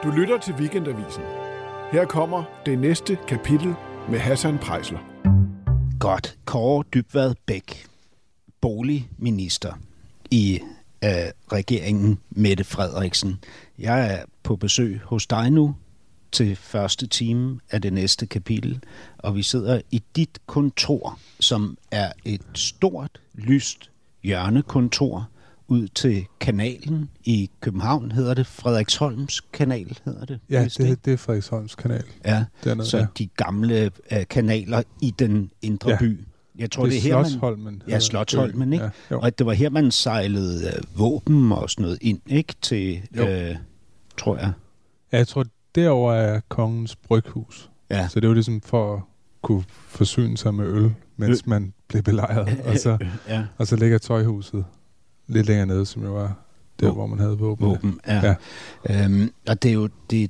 Du lytter til Weekendavisen. Her kommer det næste kapitel med Hassan Preisler. Godt. Kåre Dybvad Bech, boligminister i regeringen Mette Frederiksen. Jeg er på besøg hos dig nu til første time af det næste kapitel, og vi sidder i dit kontor, som er et stort, lyst hjørnekontor ud til kanalen i København, hedder det. Frederiksholms kanal hedder det. Ja, det er Frederiksholms kanal. Ja, dernede, så de gamle kanaler i den indre by. Jeg tror, det er her, Slotsholmen. Ja, Slotsholmen, ikke? Ja, og det var her, man sejlede våben og sådan noget ind, ikke? Til, tror jeg. Ja, jeg tror, derovre er kongens bryghus. Ja. Så det var ligesom for at kunne forsyne sig med øl, mens man blev belejret. Og så ligger tøjhuset lidt længere nede, som jo var der, hvor man havde våben. Ja. Og det er jo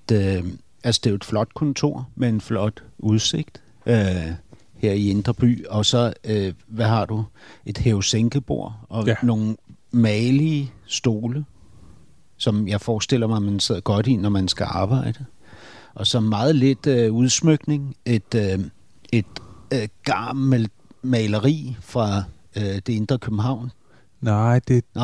et flot kontor med en flot udsigt her i Indre By. Og så, hvad har du? Et hæve-sænke-bord og nogle malige stole, som jeg forestiller mig, man sidder godt i, når man skal arbejde. Og så meget lidt udsmykning. Et gammelt maleri fra det indre København. Nej,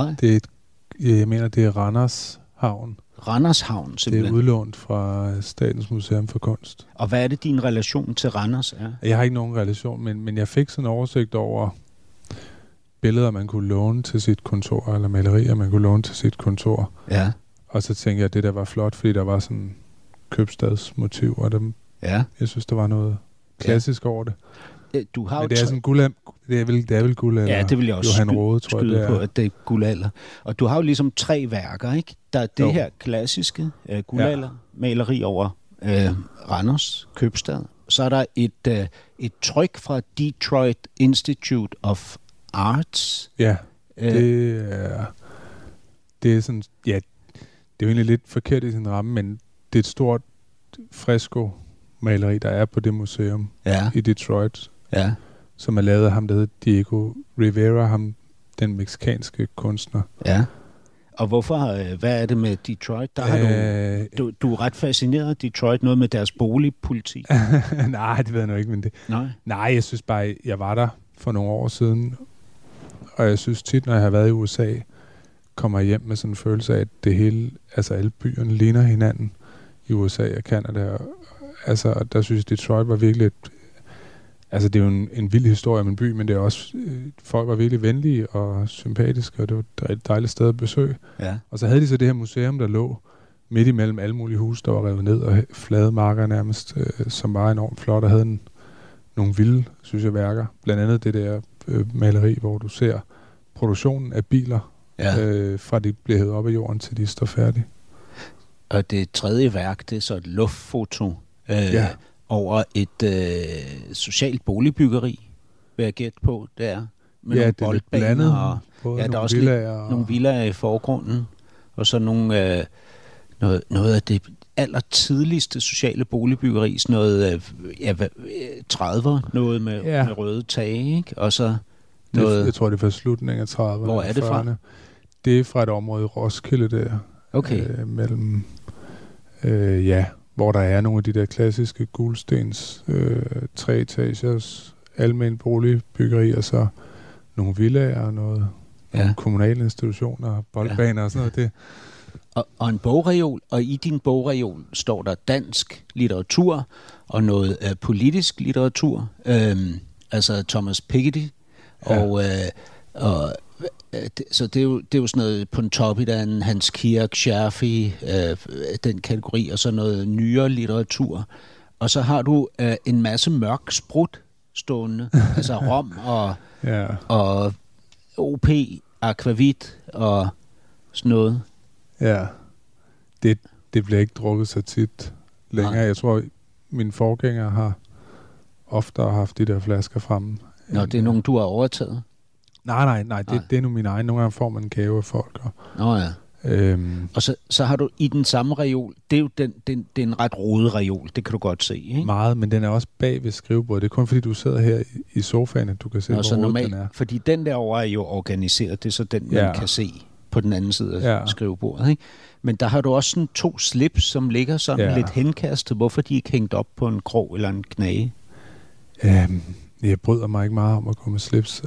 jeg mener, det er Randers Havn. Randers Havn, simpelthen. Det er udlånt fra Statens Museum for Kunst. Og hvad er det, din relation til Randers er? Jeg har ikke nogen relation, men jeg fik sådan en oversigt over billeder, man kunne låne til sit kontor, eller malerier, man kunne låne til sit kontor. Ja. Og så tænkte jeg, at det der var flot, fordi der var sådan købstadsmotiv, og jeg synes, der var noget klassisk over det. Du har men det er sådan det er vel guldalder. Ja, det vil jeg også Johan Rode, tror jeg, det er. På, at det er guldalder. Og du har jo ligesom 3 værker, ikke? Der er det her klassiske guldaldermaleri over Randers købstad. Så er der et tryk fra Detroit Institute of Arts. Ja, det er sådan, ja, det er jo egentlig lidt forkert i sin ramme, men det er et stort fresko-maleri, der er på det museum i Detroit. Ja. Som er lavet af ham, der hedder Diego Rivera, ham, den mexikanske kunstner. Ja. Og hvorfor? Hvad er det med Detroit? Der har du er ret fascineret af Detroit, noget med deres boligpolitik. Nej, det ved jeg nu ikke, men det. Nej, jeg synes bare, jeg var der for nogle år siden, og jeg synes tit, når jeg har været i USA, kommer jeg hjem med sådan en følelse af, at det hele, altså alle byerne ligner hinanden i USA og Canada. Altså, der synes jeg, Detroit var virkelig altså, det er jo en vild historie om en by, men det er også, folk var virkelig venlige og sympatiske, og det var et dejligt sted at besøge. Ja. Og så havde de så det her museum, der lå midt imellem alle mulige huse, der var revet ned, og flade marker nærmest, som var enormt flot, og havde nogle vilde, synes jeg, værker. Blandt andet det der maleri, hvor du ser produktionen af biler, fra de bliver hævet op af jorden, til de står færdige. Og det 3. værk, det er så et luftfoto over et socialt boligbyggeri, vil jeg gætte på, det er. Med nogle boldbaner, og der er også nogle villaer i forgrunden, og så nogle, noget af det allertidligste sociale boligbyggeri, sådan noget 30'er, noget med røde tage, ikke? Og så noget. Jeg tror, det er fra slutningen af 30'erne. Hvor er det fra? Det er fra et område i Roskilde der. Okay. Mellem, hvor der er nogle af de der klassiske gulstens 3 etagers almen boligbyggeri, og så nogle villaer og nogle kommunale institutioner, boldbaner og sådan noget. Det. Og en bogreol, og i din bogreol står der dansk litteratur og noget politisk litteratur, altså Thomas Piketty, så det er jo sådan noget Pontoppidan, Hans Kirk, Scherfig, den kategori, og så noget nyere litteratur. Og så har du en masse mørk sprut stående, altså rom og OP, akvavit og sådan noget. Ja, det bliver ikke drukket så tit længere. Nej. Jeg tror, mine forgængere har ofte haft de der flasker fremme. Nå, det er nogen, du har overtaget? Nej, det er nu min egen. Nogle gange får man en gave af folk. Og så har du i den samme reol, det er jo det er en ret rodet reol, det kan du godt se, ikke? Meget, men den er også bag ved skrivebordet. Det er kun fordi, du sidder her i sofaen, at du kan se, hvor rodet den er. Fordi den derovre er jo organiseret, det er så den, man kan se. på den anden side af skrivebordet, ikke? Men der har du også sådan 2 slips, som ligger sådan lidt henkastet. Hvorfor de ikke hængt op på en krog eller en knage? Jeg bryder mig ikke meget om at gå med slips.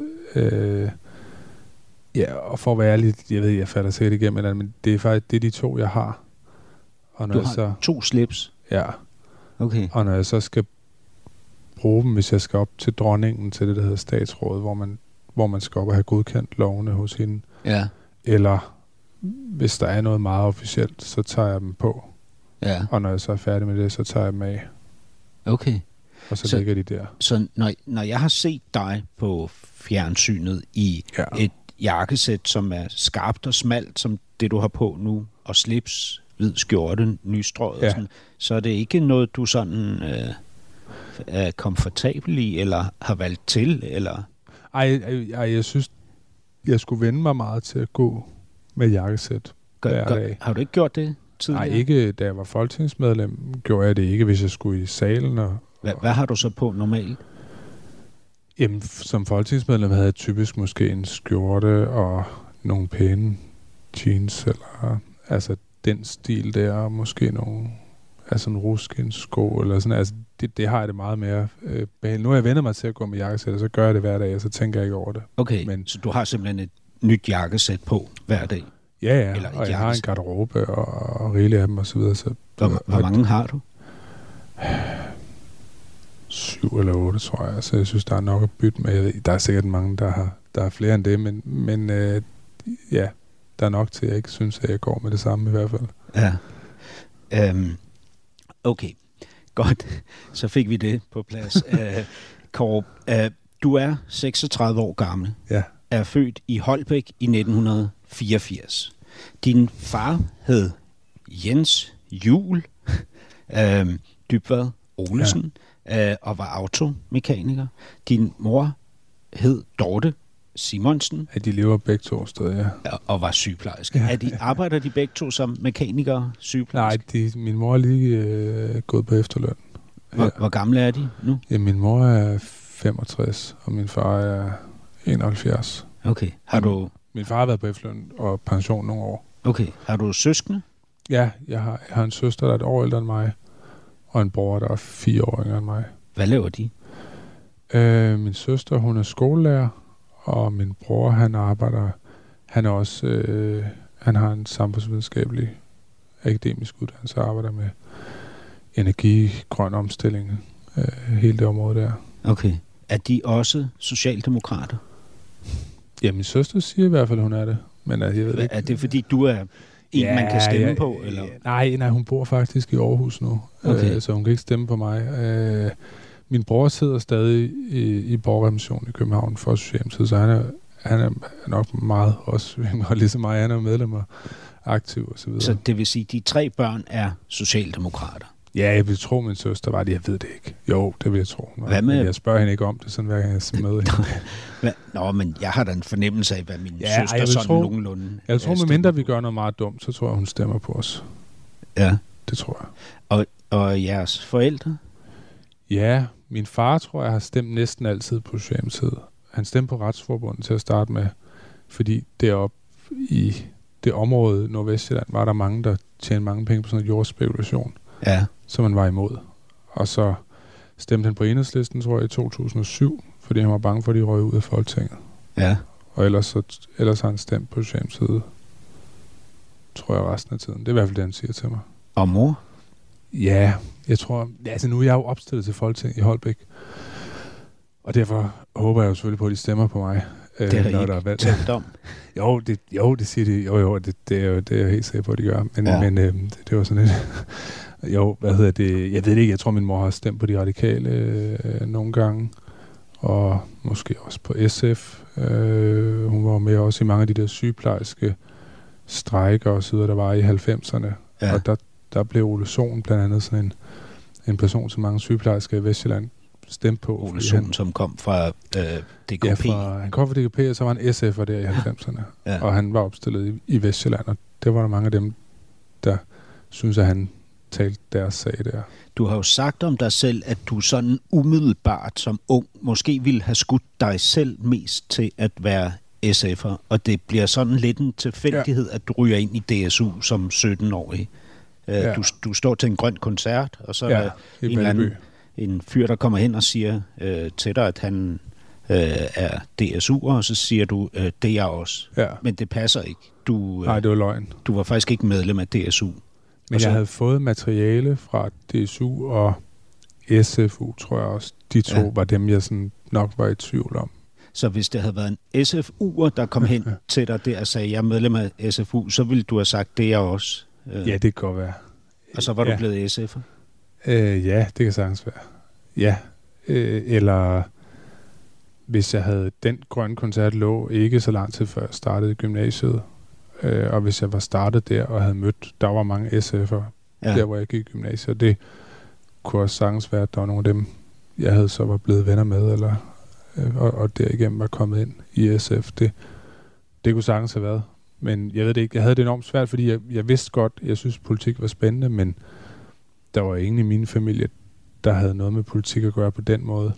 Og for at være ærlig, jeg fatter sikkert igennem, men det er faktisk de 2, jeg har. Og når du har 2 slips? Ja. Okay. Og når jeg så skal bruge dem, hvis jeg skal op til dronningen, til det, der hedder statsrådet, hvor man skal op og have godkendt lovene hos hende. Ja. Eller hvis der er noget meget officielt, så tager jeg dem på. Ja. Og når jeg så er færdig med det, så tager jeg dem af. Okay. Og så ligger de der. Så når jeg har set dig på fjernsynet i et jakkesæt, som er skarpt og smalt, som det du har på nu, og slips, hvid skjorte, nystrøget og sådan, så er det ikke noget, du sådan er komfortabel i, eller har valgt til, eller? Jeg synes, jeg skulle vende mig meget til at gå med jakkesæt hver dag. Har du ikke gjort det tidligere? Nej, ikke da jeg var folketingsmedlem, gjorde jeg det ikke, hvis jeg skulle i salen. Hvad har du så på normalt? Jamen, som folketingsmedlem havde jeg typisk måske en skjorte og nogle pæne jeans, eller altså den stil der, og måske nogle en ruskinsko, eller sådan. Altså, det har jeg det meget mere behageligt. Nu har jeg vendt mig til at gå med jakkesæt, og så gør jeg det hver dag, og så tænker jeg ikke over det. Okay, så du har simpelthen et nyt jakkesæt på hver dag? Ja, og jeg har en garderobe og rigeligt af dem, og så videre. Så, hvor mange har du? 7 eller 8, tror jeg. Så jeg synes, der er nok at bytte med. Der er sikkert mange, der er flere end det, men der er nok til, at jeg ikke synes, at jeg går med det samme i hvert fald. Ja. Okay, godt. Så fik vi det på plads. Kåre, du er 36 år gammel. Ja. Er født i Holbæk i 1984. Din far hed Jens Juel Dybvad Olesen og var automekaniker. Din mor hed Dorte Simonsen. Ja, de lever begge 2 steder, ja. Og var sygeplejerske. Ja. Arbejder de begge 2 som mekanikere, sygeplejerske? Nej, min mor er lige gået på efterløn. Hvor gamle er de nu? Ja, min mor er 65, og min far er 71. Okay. Min far har været på efterløn og pension nogle år. Okay. Har du søskende? Ja, jeg har en søster, der er et år ældre end mig, og en bror, der er 4 år yngre end mig. Hvad laver de? Min søster, hun er skolelærer, og min bror, han har en samfundsvidenskabelig akademisk uddannelse, og arbejder med energi, grøn omstilling, hele det område der. Okay. Er de også socialdemokrater? Ja, min søster siger i hvert fald, hun er det. Men jeg ved ikke. Er det fordi, du er man kan stemme på? Eller? Nej, hun bor faktisk i Aarhus nu, så hun kan ikke stemme på mig. Min bror sidder stadig i Borgerrepræsentationen i København for Socialdemokratiet, så han er nok meget også, ligesom mig, han er medlem og aktiv og så videre. Så det vil sige, at de 3 børn er socialdemokrater? Ja, jeg vil tro, min søster var det. Jeg ved det ikke. Jo, det vil jeg tro. Hvad med? Men jeg spørger hende ikke om det, sådan hver gang jeg møder hende. Nå, men jeg har da en fornemmelse af, hvad min søster sådan nogenlunde... Jeg tror, medmindre vi gør noget meget dumt, så tror jeg, hun stemmer på os. Ja. Det tror jeg. Og jeres forældre? Ja, min far, tror jeg, har stemt næsten altid på Socialdemokratiet. Han stemte på Retsforbundet til at starte med, fordi deroppe i det område Nordvestjylland var der mange, der tjente mange penge på sådan noget jordspekulation. Ja. Som man var imod. Og så stemte han på Enhedslisten, tror jeg, i 2007, fordi han var bange for, at de røg ud af Folketinget. Ja. Og ellers har han stemt på Socialdemokratiet, tror jeg, resten af tiden. Det er i hvert fald det, han siger til mig. Og mor? Ja, jeg tror... Altså, nu er jeg jo opstillet til Folketinget i Holbæk. Og derfor håber jeg jo selvfølgelig på, at de stemmer på mig. Det har I ikke talt om? Det siger de. Jo, det er jeg helt sikker på, at de gør. Men det var sådan lidt... Jo, jeg ved det ikke. Jeg tror, min mor har stemt på de radikale nogle gange. Og måske også på SF. Hun var med også i mange af de der sygeplejerske strejker og så videre, der var i 90'erne. Ja. Og der blev Ole Sohn blandt andet sådan en person, som mange sygeplejersker i Vestjylland stemte på. Ole Sohn, som kom fra DKP. Ja, han kom fra DKP, og så var han SF'er der i 90'erne. Ja. Og han var opstillet i Vestjylland, og det var der mange af dem, der synes, at han talte deres sag der. Du har jo sagt om dig selv, at du sådan umiddelbart som ung måske ville have skudt dig selv mest til at være SF'er, og det bliver sådan lidt en tilfældighed, at du ryger ind i DSU som 17-årig. Du står til en grøn koncert, og så er en eller anden en fyr, der kommer hen og siger til dig, at han er DSU'er, og så siger du, det er jeg også. Ja. Men det passer ikke. Nej, det var løgn. Du var faktisk ikke medlem af DSU. Men jeg havde fået materiale fra DSU og SFU, tror jeg også. De to var dem, jeg sådan nok var i tvivl om. Så hvis det havde været en SFU'er, der kom hen til dig der og sagde, jeg er medlem af SFU, så ville du have sagt, det er jeg også. Ja, det kan godt være. Og så var du blevet SF'er? Ja, det kan sagtens være. Ja, eller hvis jeg havde den grønne koncert lå ikke så lang tid før jeg startede i gymnasiet, og hvis jeg var startet der og havde mødt, der var mange SF'er, der hvor jeg gik i gymnasiet, det kunne også sagtens være, at der var nogle af dem, jeg havde så var blevet venner med, eller og derigennem var kommet ind i SF. Det kunne sagtens have været. Men jeg ved det ikke. Jeg havde det enormt svært, fordi jeg vidste godt, jeg synes, politik var spændende, men der var ingen i min familie, der havde noget med politik at gøre på den måde.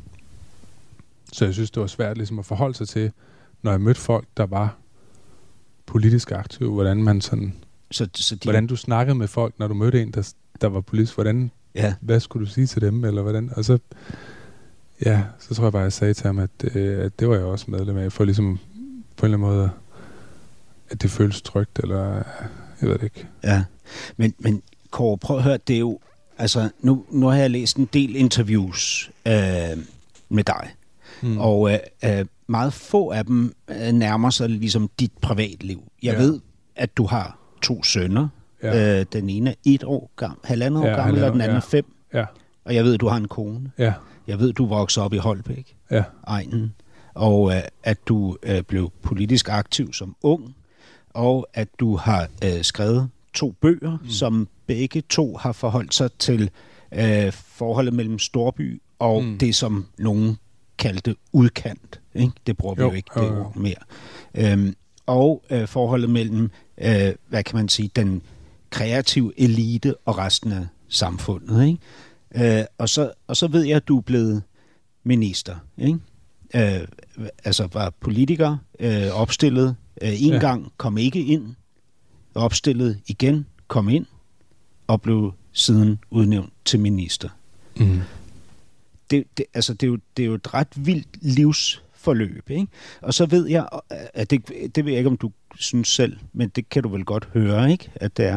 Så jeg synes, det var svært ligesom at forholde sig til, når jeg mødte folk, der var politisk aktive, hvordan man sådan... hvordan du snakkede med folk, når du mødte en, der var politisk, hvad skulle du sige til dem, eller hvordan... Og så... Ja, så tror jeg bare, jeg sagde til ham, at det var jeg også medlem af, for ligesom på en eller anden måde, at det føles trygt, eller jeg ved det ikke. Ja, men Kåre, prøv at høre, det er jo, altså nu har jeg læst en del interviews med dig, og meget få af dem nærmer sig ligesom dit privatliv. Jeg ved, at du har 2 sønner. Ja. Den ene er 1 år gammel, 1,5 år gammel, og den anden er 5. Ja. Og jeg ved, at du har en kone. Ja. Jeg ved, du voksede op i Holbæk, egnen, og at du blev politisk aktiv som ung, og at du har skrevet 2 bøger, som begge 2 har forholdt sig til forholdet mellem storby og det, som nogen kaldte udkant. Ikke? Det bruger vi jo ikke det ord mere. Og forholdet mellem, hvad kan man sige, den kreative elite og resten af samfundet, ikke? Og så ved jeg, at du er blevet minister, ikke? Altså var politiker, opstillet en gang, kom ikke ind, opstillet igen, kom ind, og blev siden udnævnt til minister. Mm. Det er jo et ret vildt livsforløb, ikke? Og så ved jeg, at det ved jeg ikke, om du synes selv, men det kan du vel godt høre, ikke? At det er...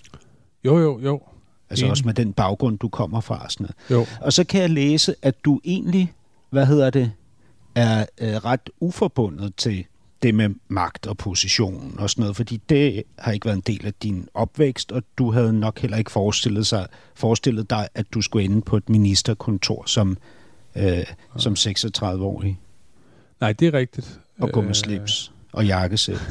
Jo. Altså også med den baggrund, du kommer fra. Sådan noget. Og så kan jeg læse, at du egentlig, er ret uforbundet til det med magt og position og sådan noget, fordi det har ikke været en del af din opvækst, og du havde nok heller ikke forestillet dig, at du skulle ende på et ministerkontor som 36-årig. Nej, det er rigtigt. Og gå med slips og jakkesæt.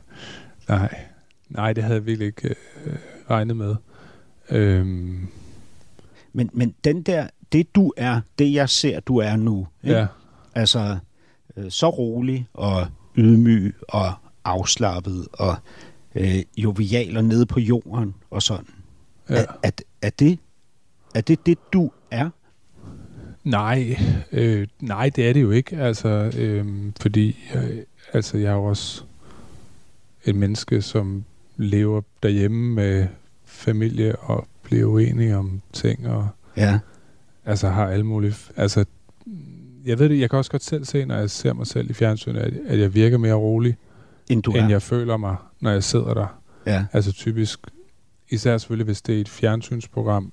Nej, det havde jeg virkelig ikke regnet med. Men den der, det du er, det jeg ser, du er nu, ikke? Altså så rolig og ydmyg og afslappet og jovial og nede på jorden og sådan. Ja. Er det du er? Nej, det er det jo ikke. Altså, fordi jeg er jo også et menneske, som lever derhjemme med familie og bliver uenige om ting og altså har alle mulige... Altså, jeg ved det, jeg kan også godt selv se, når jeg ser mig selv i fjernsynet, at jeg virker mere rolig, end jeg føler mig, når jeg sidder der. Ja. Altså typisk, især selvfølgelig, hvis det er et fjernsynsprogram,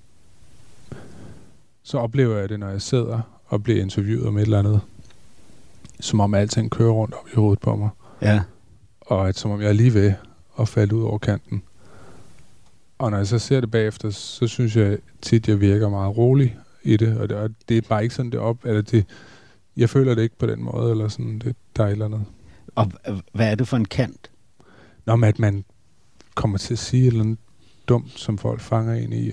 så oplever jeg det, når jeg sidder og bliver interviewet om et eller andet, som om alting kører rundt op i hovedet på mig. Ja. Og som om jeg er lige ved at falde ud over kanten. Og når jeg så ser det bagefter, så synes jeg tit, jeg virker meget rolig i det, og det er bare ikke sådan, det op, eller det, jeg føler det ikke på den måde, eller sådan, der er et eller andet. Og hvad er det for en kant? Nå, men at man kommer til at sige et eller andet dumt, som folk fanger en i,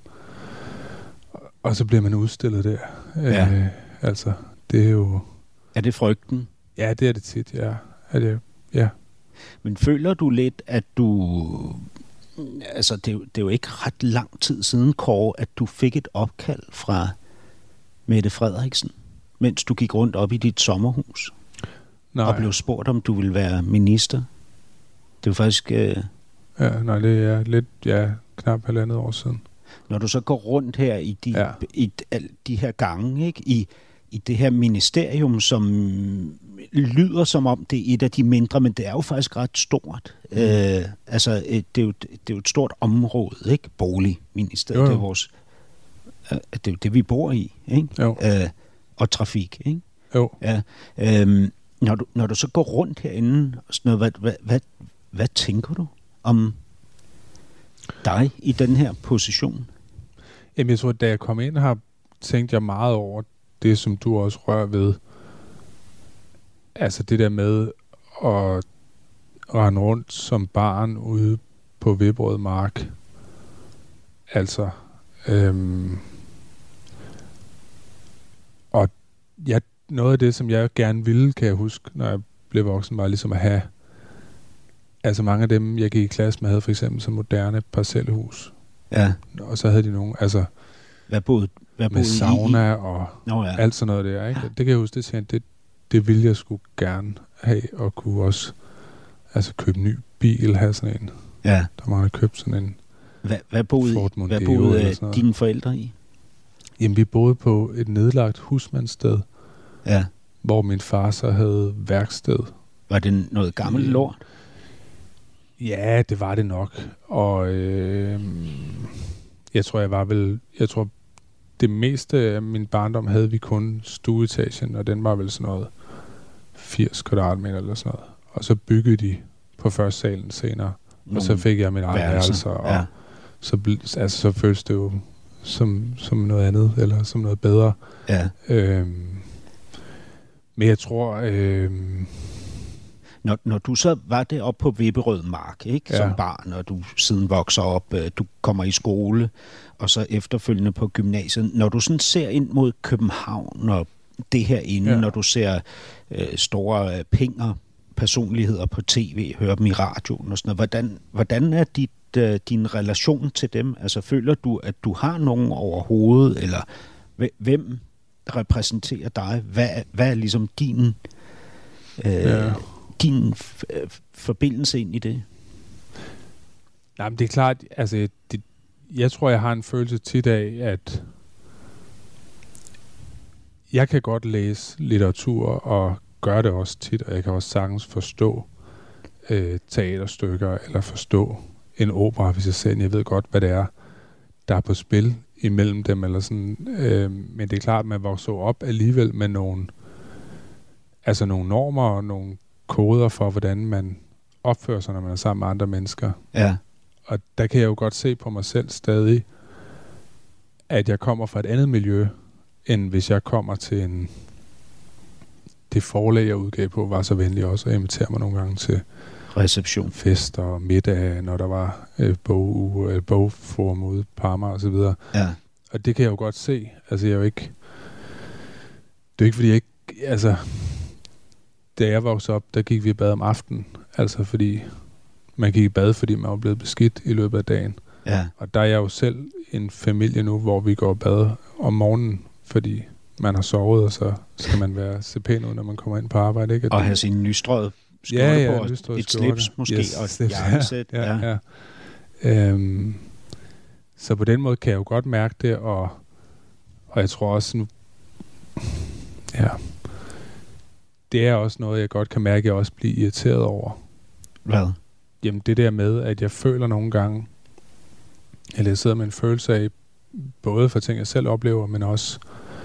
og så bliver man udstillet der. Ja. Altså, det er jo... Er det frygten? Ja, det er det tit, ja. Men føler du lidt, at du... Altså, det er jo ikke ret lang tid siden, Kåre, at du fik et opkald fra Mette Frederiksen, mens du gik rundt op i dit sommerhus. og blev spurgt, om du ville være minister. Det er faktisk... det er lidt, knap 1,5 år siden. Når du så går rundt her i de her gange, ikke? I det her ministerium, som lyder som om det er et af de mindre, men det er jo faktisk ret stort. Det er jo et stort område, ikke? Boligministeriet, det er vores... det er jo det, vi bor i, ikke? Og trafik, ikke? Jo. Ja. Når du så går rundt herinde, og sådan noget, hvad tænker du om dig i den her position? Jamen, jeg tror, at da jeg kom ind her, tænkte jeg meget over det, som du også rører ved. Altså det der med at rende rundt som barn ude på Vipperød Mark. Altså, og noget af det, som jeg gerne ville, kan jeg huske, når jeg blev voksen, var ligesom at have, altså mange af dem, jeg gik i klasse med, havde for eksempel så moderne parcelhus. Ja. Og så havde de nogle, altså med sauna og alt sådan noget der, ikke? Ja. Det kan jeg huske, det ville jeg sgu gerne have, og kunne også købe en ny bil, have sådan en. Ja. Der må have købt sådan en Hvad boede dine forældre i? Jamen, vi boede på et nedlagt husmandssted, hvor min far så havde værksted. Var det noget gammelt lort? Ja, det var det nok. Og jeg tror, det meste af min barndom havde vi kun stueetagen, og den var vel sådan noget 80 kvadratmeter eller sådan noget. Og så byggede de på første salen senere, og så fik jeg min egen værelse, og så føltes det jo som noget andet, eller som noget bedre. Ja. Men jeg tror... Når du så var deroppe på Vipperød Mark, ikke, som barn, og du siden vokser op, du kommer i skole, og så efterfølgende på gymnasiet. Når du sådan ser ind mod København og det her inde, når du ser store personligheder på tv, hører dem i radioen og sådan noget, hvordan er din relation til dem? Altså føler du, at du har nogen overhovedet, eller hvem repræsenterer dig? Hvad er ligesom din forbindelse ind i det? Nej, men det er klart, altså, jeg tror, jeg har en følelse tit af, at jeg kan godt læse litteratur, og gør det også tit, og jeg kan også sagtens forstå teaterstykker, eller forstå en opera, hvis jeg ved godt, hvad det er, der er på spil imellem dem, eller sådan. Men det er klart, at man vokser op alligevel med nogle normer og nogle koder for, hvordan man opfører sig, når man er sammen med andre mennesker. Ja. Og der kan jeg jo godt se på mig selv stadig, at jeg kommer fra et andet miljø, end hvis jeg kommer til det forlag, jeg udgav på, var så venlig også at invitere mig nogle gange til reception, fest og middag, når der var bogforum ude på Amager og så videre. Ja. Og det kan jeg jo godt se. Altså, jeg er jo ikke... Det er ikke, fordi jeg ikke... Altså, da jeg voksede op, der gik vi i bad om aftenen. Altså, fordi man gik i bad, fordi man var blevet beskidt i løbet af dagen. Ja. Og der er jeg jo selv en familie nu, hvor vi går i bad om morgenen, fordi man har sovet, og så skal man være se pæn ud, når man kommer ind på arbejde. Ikke? Og have sin nystrøget skjorte på, et slips måske, og et jakkesæt. Ja. Så på den måde kan jeg jo godt mærke det, og jeg tror også nu... Ja... Det er også noget, jeg godt kan mærke, at jeg også bliver irriteret over. Hvad? Jamen det der med, at jeg føler nogle gange, eller jeg sidder med en følelse af, både for ting, jeg selv oplever, men også,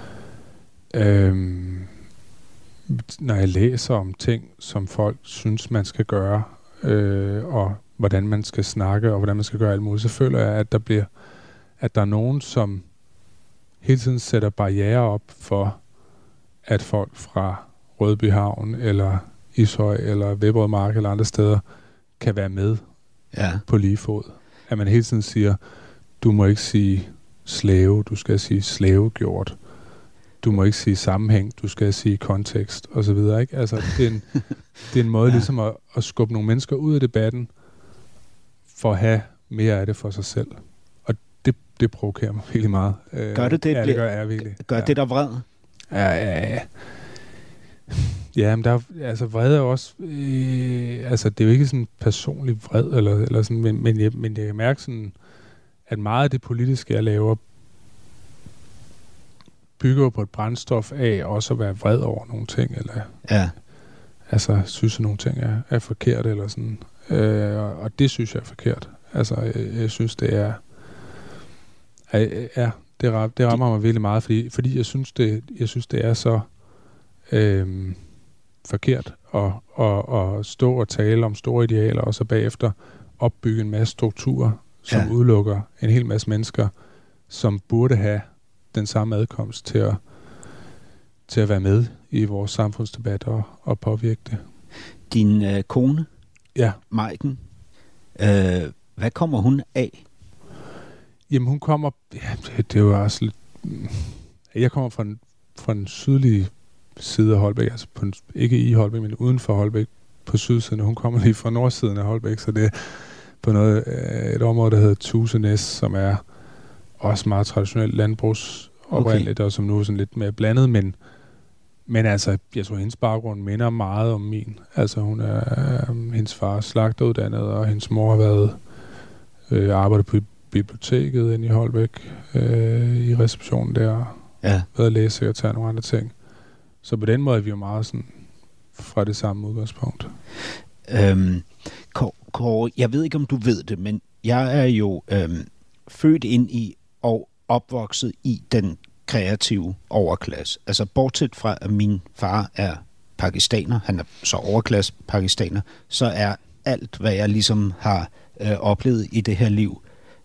når jeg læser om ting, som folk synes, man skal gøre, og hvordan man skal snakke, og hvordan man skal gøre alt muligt, så føler jeg, at der er nogen, som hele tiden sætter barrierer op for, at folk fra Rødbyhavn, eller Ishøj, eller Vipperød Mark, eller andre steder, kan være med på lige fod. At man hele tiden siger, du må ikke sige slave, du skal sige slavegjort. Du må ikke sige sammenhæng, du skal sige kontekst, og så videre, ikke? Altså, det er en måde ligesom at skubbe nogle mennesker ud af debatten, for at have mere af det for sig selv. Og det provokerer mig virkelig meget. Gør det det? Ja, det gør jeg virkelig. Gør det der vred? Ja. Ja, men der er, altså vrede er også, altså det er jo ikke sådan personlig vred, eller sådan, men jeg kan mærke sådan, at meget af det politiske, jeg laver, bygger på et brændstof af også at være vred over nogle ting, eller altså synes, at nogle ting er forkert, eller sådan. Og det synes jeg er forkert. Altså, jeg synes, det er... det rammer mig virkelig meget, fordi jeg synes, det er så forkert at stå og tale om store idealer, og så bagefter opbygge en masse strukturer, som udelukker en hel masse mennesker, som burde have den samme adkomst til at være med i vores samfundsdebat og påvirke det. Din kone, Maiken, hvad kommer hun af? Jamen hun kommer, det er jo også lidt, jeg kommer fra den sydlige side af Holbæk, altså ikke i Holbæk, men uden for Holbæk på sydsiden, og hun kommer lige fra nordsiden af Holbæk, så det er på et område, der hedder Tusenæs, som er også meget traditionelt landbrugsoprindeligt, og som nu er sådan lidt mere blandet, men altså, jeg tror, hendes baggrund minder meget om min. Altså, hun er hendes far slagteruddannet, og hendes mor har været arbejdet på biblioteket inde i Holbæk, i receptionen der, været lægesekretær og nogle andre ting. Så på den måde er vi jo meget sådan fra det samme udgangspunkt. Kåre, jeg ved ikke, om du ved det, men jeg er jo født ind i og opvokset i den kreative overklasse. Altså bortset fra, at min far er pakistaner, han er så overklasse pakistaner, så er alt, hvad jeg ligesom har oplevet i det her liv,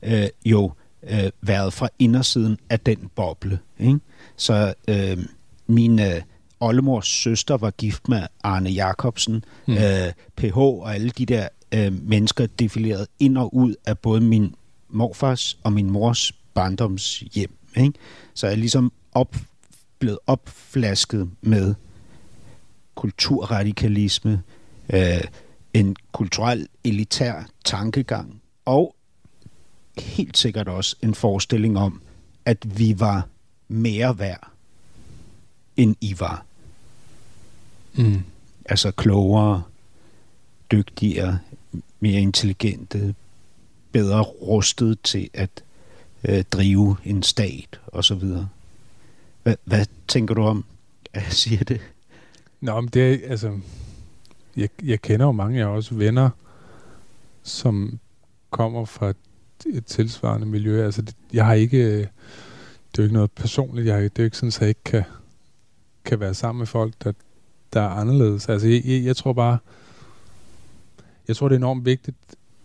været fra indersiden af den boble. Ikke? Så min oldemors søster var gift med Arne Jacobsen, PH og alle de der mennesker defileret ind og ud af både min morfars og min mors barndomshjem. Ikke? Så jeg er ligesom blevet opflasket med kulturradikalisme, en kulturel elitær tankegang, og helt sikkert også en forestilling om, at vi var mere værd, end I var. Altså klogere, dygtigere, mere intelligente, bedre rustet til at drive en stat, og så videre. Hvad tænker du om, at jeg siger det? Nå, men det er, altså... Jeg kender jo mange, jeg har også venner, som kommer fra et tilsvarende miljø. Altså, jeg har ikke... Det er jo ikke noget personligt. Det er jo ikke sådan, at jeg ikke kan være sammen med folk, der er anderledes. Altså, jeg tror bare... Jeg tror, det er enormt vigtigt,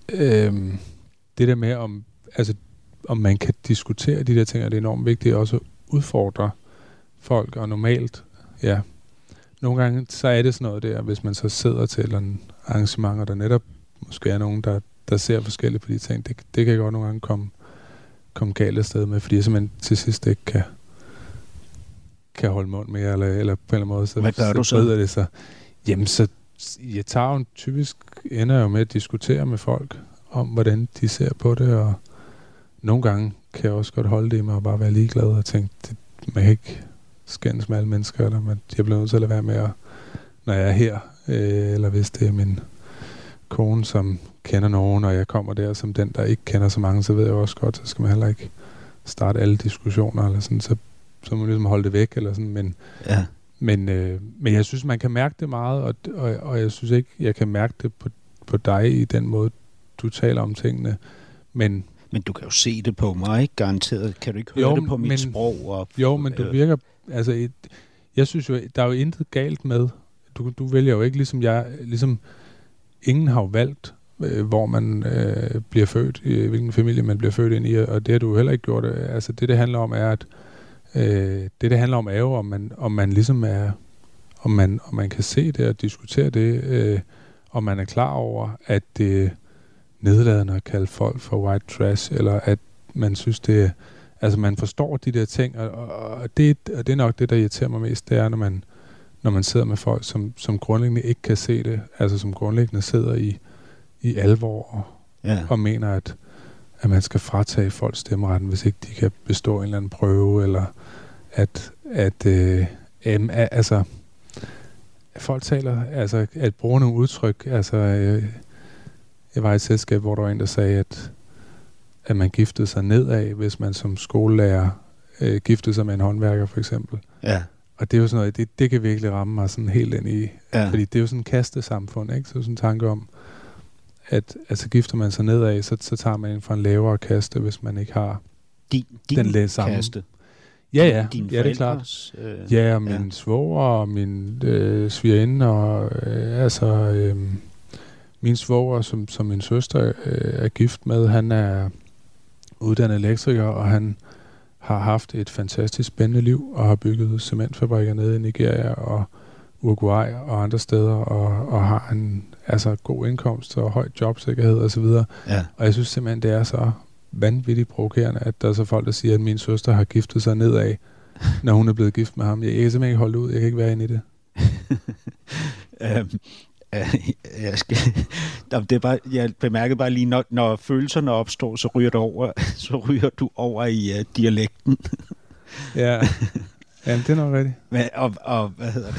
det der med, om man kan diskutere de der ting, og det er enormt vigtigt også at udfordre folk, og normalt, nogle gange, så er det sådan noget der, hvis man så sidder til et eller andet arrangement, og der netop måske er nogen, der ser forskelligt på de ting, det kan godt nogle gange komme galt af sted med, fordi jeg simpelthen til sidst ikke kan holde mund mere, eller på en eller anden måde. Så, hvad gør du så? Det så? Jamen, så jeg tager jo typisk, ender jo med at diskutere med folk, om hvordan de ser på det, og nogle gange kan jeg også godt holde det med at bare være ligeglad og tænke, man kan ikke skændes med alle mennesker, eller jeg bliver nødt til at lade være med at, når jeg er her, eller hvis det er min kone, som kender nogen, og jeg kommer der som den, der ikke kender så mange, så ved jeg også godt, så skal man heller ikke starte alle diskussioner, eller sådan, så må man ligesom holde det væk, eller sådan, men jeg synes, man kan mærke det meget, og jeg synes ikke, jeg kan mærke det på dig i den måde, du taler om tingene, men du kan jo se det på mig, ikke? Garanteret. Kan du ikke høre det på mit sprog? Men du virker... Altså, jeg synes jo, der er jo intet galt med... Du vælger jo ikke, ligesom jeg... Ligesom, ingen har jo valgt, hvor man bliver født, i hvilken familie man bliver født ind i, og det har du heller ikke gjort. Altså, det handler om, er, at... det handler om, er jo, om man ligesom er... Om man kan se det og diskutere det, om man er klar over, at det nedladende at kalde folk for white trash, eller at man synes, det altså man forstår de der ting, og det er nok det, der irriterer mig mest, det er, når man sidder med folk, som grundlæggende ikke kan se det, altså som grundlæggende sidder i alvor, og mener, at man skal fratage folk stemmeretten, hvis ikke de kan bestå en eller anden prøve, eller folk taler, altså at bruge nogle udtryk, altså jeg var i et selskab, hvor der var en, der sagde, at man giftede sig nedad, hvis man som skolelærer giftede sig med en håndværker, for eksempel. Ja. Og det er jo sådan noget, det kan virkelig ramme mig sådan helt ind i, fordi det er jo sådan en kastesamfund, ikke? Så sådan en tanke om, at altså gifter man sig nedad, så tager man ind fra en lavere kaste, hvis man ikke har den læs sammen. Kaste. Ja, det er klart. Ja, og min svoger og min svigerinde, og min svoger, som min søster er gift med, han er uddannet elektriker, og han har haft et fantastisk spændende liv, og har bygget cementfabrikker nede i Nigeria og Uruguay og andre steder, og har en god indkomst og høj jobsikkerhed osv. Ja. Og jeg synes simpelthen, det er så vanvittigt provokerende, at der er så folk, der siger, at min søster har giftet sig nedad, når hun er blevet gift med ham. Jeg kan simpelthen ikke holde ud. Jeg kan ikke være inde i det. Jeg bemærkede bare lige, når følelserne opstår, så ryger du over i dialekten. Ja. Ja, det er nok rigtigt. Og hvad hedder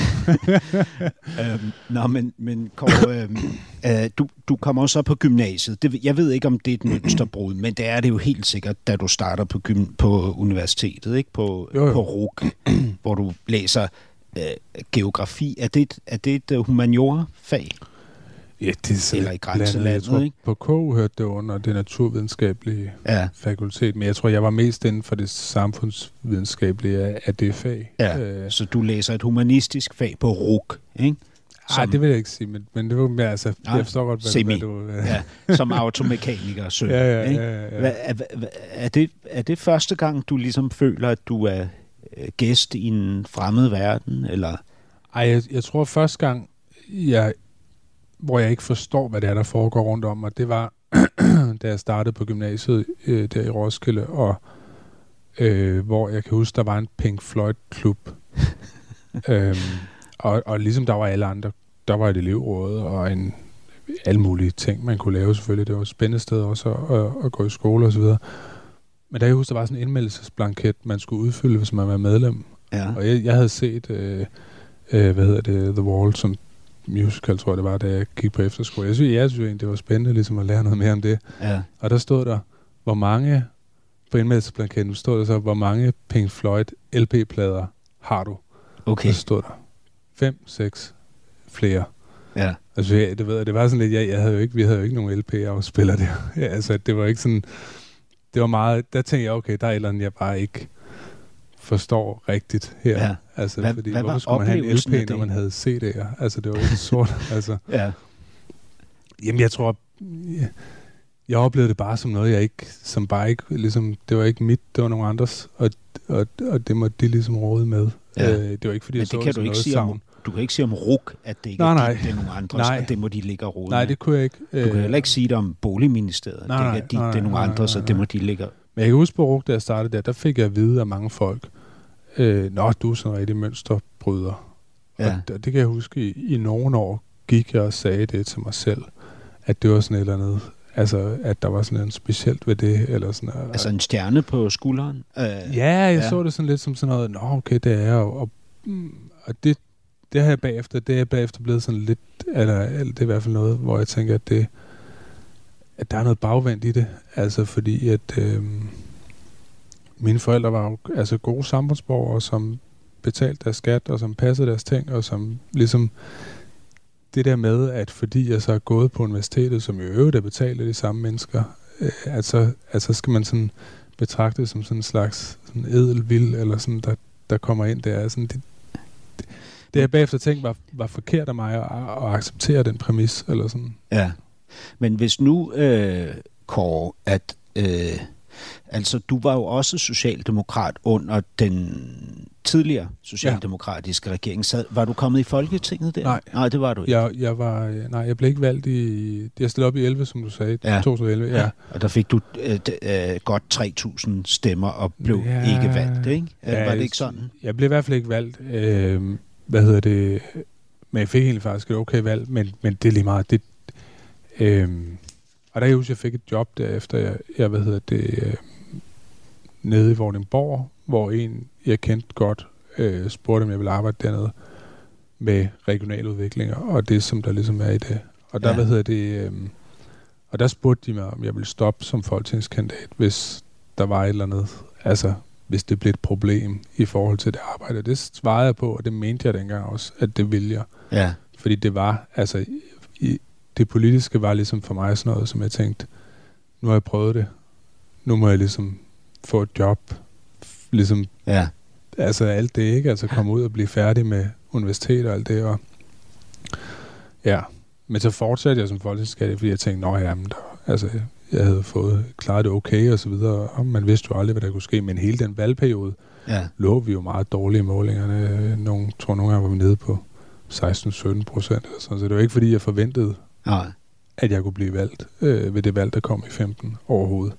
det? Men Kåre, du kommer også op på gymnasiet. Jeg ved ikke, om det er et mønsterbrud, men det er det jo helt sikkert, da du starter på universitetet, ikke? På RUC, hvor du læser geografi. Er det et humaniora-fag? Ja, det er eller i grænselandet, jeg tror, ikke? På KU hørte det under det naturvidenskabelige fakultet, men jeg tror, jeg var mest inden for det samfundsvidenskabelige af det fag. Ja, så du læser et humanistisk fag på RUC, ikke? Nej, det vil jeg ikke sige, men det var mere, jeg forstår godt, hvad du... som automekaniker søn. Ja. Er det første gang, du ligesom føler, at du er gæst i en fremmed verden, eller? Ej, jeg tror første gang, hvor jeg ikke forstår, hvad det er, der foregår rundt om mig, det var, da jeg startede på gymnasiet der i Roskilde, og hvor jeg kan huske, der var en Pink Floyd-klub. Og ligesom der var alle andre, der var et elevråd og alle mulige ting, man kunne lave selvfølgelig. Det var et spændende sted også at gå i skole og så videre. Men der jeg husker, der var sådan en indmeldelsesblanket, man skulle udfylde, hvis man var medlem. Ja. Og jeg havde set, The Wall, som musical, tror jeg det var, da jeg gik på efterskole. Jeg synes egentlig, det var spændende ligesom at lære noget mere om det. Ja. Og der stod der, hvor mange, på indmeldelsesblanketten stod der så, hvor mange Pink Floyd LP-plader har du? Okay. Og så stod der 5, 6, flere. Ja. Altså, det var sådan lidt, vi havde jo ikke nogen LP-afspiller der. Ja, altså, det var ikke sådan, det var meget, der tænkte jeg, okay, der er et eller andet, jeg bare ikke forstår rigtigt her. Ja. Altså, fordi hvorfor skulle man have en LP, når man havde CD'er? Altså, det var ikke sort. Altså. Ja. Jamen, jeg tror, jeg oplevede det bare som noget, som bare ikke, ligesom, det var ikke mit, det var nogen andres, og det måtte de ligesom råde med. Ja. Det var ikke, fordi jeg så det noget savn. Du kan ikke sige om RUC, at det ikke er dit, det er nogen andres, og det må de ligge og rode med. Nej, det kunne jeg ikke. Du kan heller ikke sige det om Boligministeriet. Det er dit, det er nogen andres, og det må de ligge. Men jeg kan huske på RUC, da jeg startede der fik jeg at vide af mange folk, du er sådan en rigtig mønsterbryder. Ja. Og det kan jeg huske, i nogle år gik jeg og sagde det til mig selv, at det var sådan et eller andet, altså at der var sådan noget specielt ved det, eller sådan. Altså en stjerne på skulderen? Jeg så det sådan lidt som sådan noget, okay, det er og det har jeg bagefter, blevet sådan lidt, eller det er i hvert fald noget, hvor jeg tænker, at der er noget bagvendt i det, altså fordi at mine forældre var jo altså gode samfundsborgere, som betalte deres skat, og som passede deres ting, og som ligesom det der med, at fordi jeg så er gået på universitetet, som jo øvrigt er betalt af de samme mennesker, så skal man sådan betragte som sådan en slags sådan edelvild, eller sådan, der kommer ind der. Sådan, det jeg bagefter tænkte var forkert af mig at acceptere den præmis, eller sådan. Ja, men hvis nu, Kåre, at altså, du var jo også socialdemokrat under den tidligere socialdemokratiske regering. Var du kommet i Folketinget der? Nej, det var du ikke. Jeg blev ikke valgt jeg stillede op i 11, som du sagde, 2011. Ja. Og der fik du godt 3.000 stemmer og blev ikke valgt, ikke? Var det ikke sådan? Jeg blev i hvert fald ikke valgt. Men jeg fik egentlig faktisk et okay valg, men det er lige meget. Og der jeg husker, jeg fik et job derefter, nede i Vordingborg, hvor en, jeg kendte godt, spurgte, om jeg ville arbejde dernede. med regional udvikling og det, som der ligesom er i det. Og der, og der spurgte de mig, om jeg ville stoppe som folketingskandidat, hvis der var et eller andet, altså hvis det blev et problem i forhold til det arbejde. Det svarede jeg på, og det mente jeg dengang også, at det ville jeg. Ja. Fordi det var, altså det politiske var ligesom for mig sådan noget, som jeg tænkte, nu har jeg prøvet det. Nu må jeg ligesom få et job. Ligesom, altså alt det, ikke? Altså komme ud og blive færdig med universitet og alt det. Og, ja, men så fortsatte jeg som folketingskandidat, fordi jeg tænkte, jeg havde fået klaret det okay og så videre, og man vidste jo aldrig, hvad der kunne ske. Men hele den valgperiode lå vi jo meget dårlige i målingerne. Nogle gange var vi nede på 16-17%. Så det var ikke, fordi jeg forventede, at jeg kunne blive valgt ved det valg, der kom i 15 overhovedet.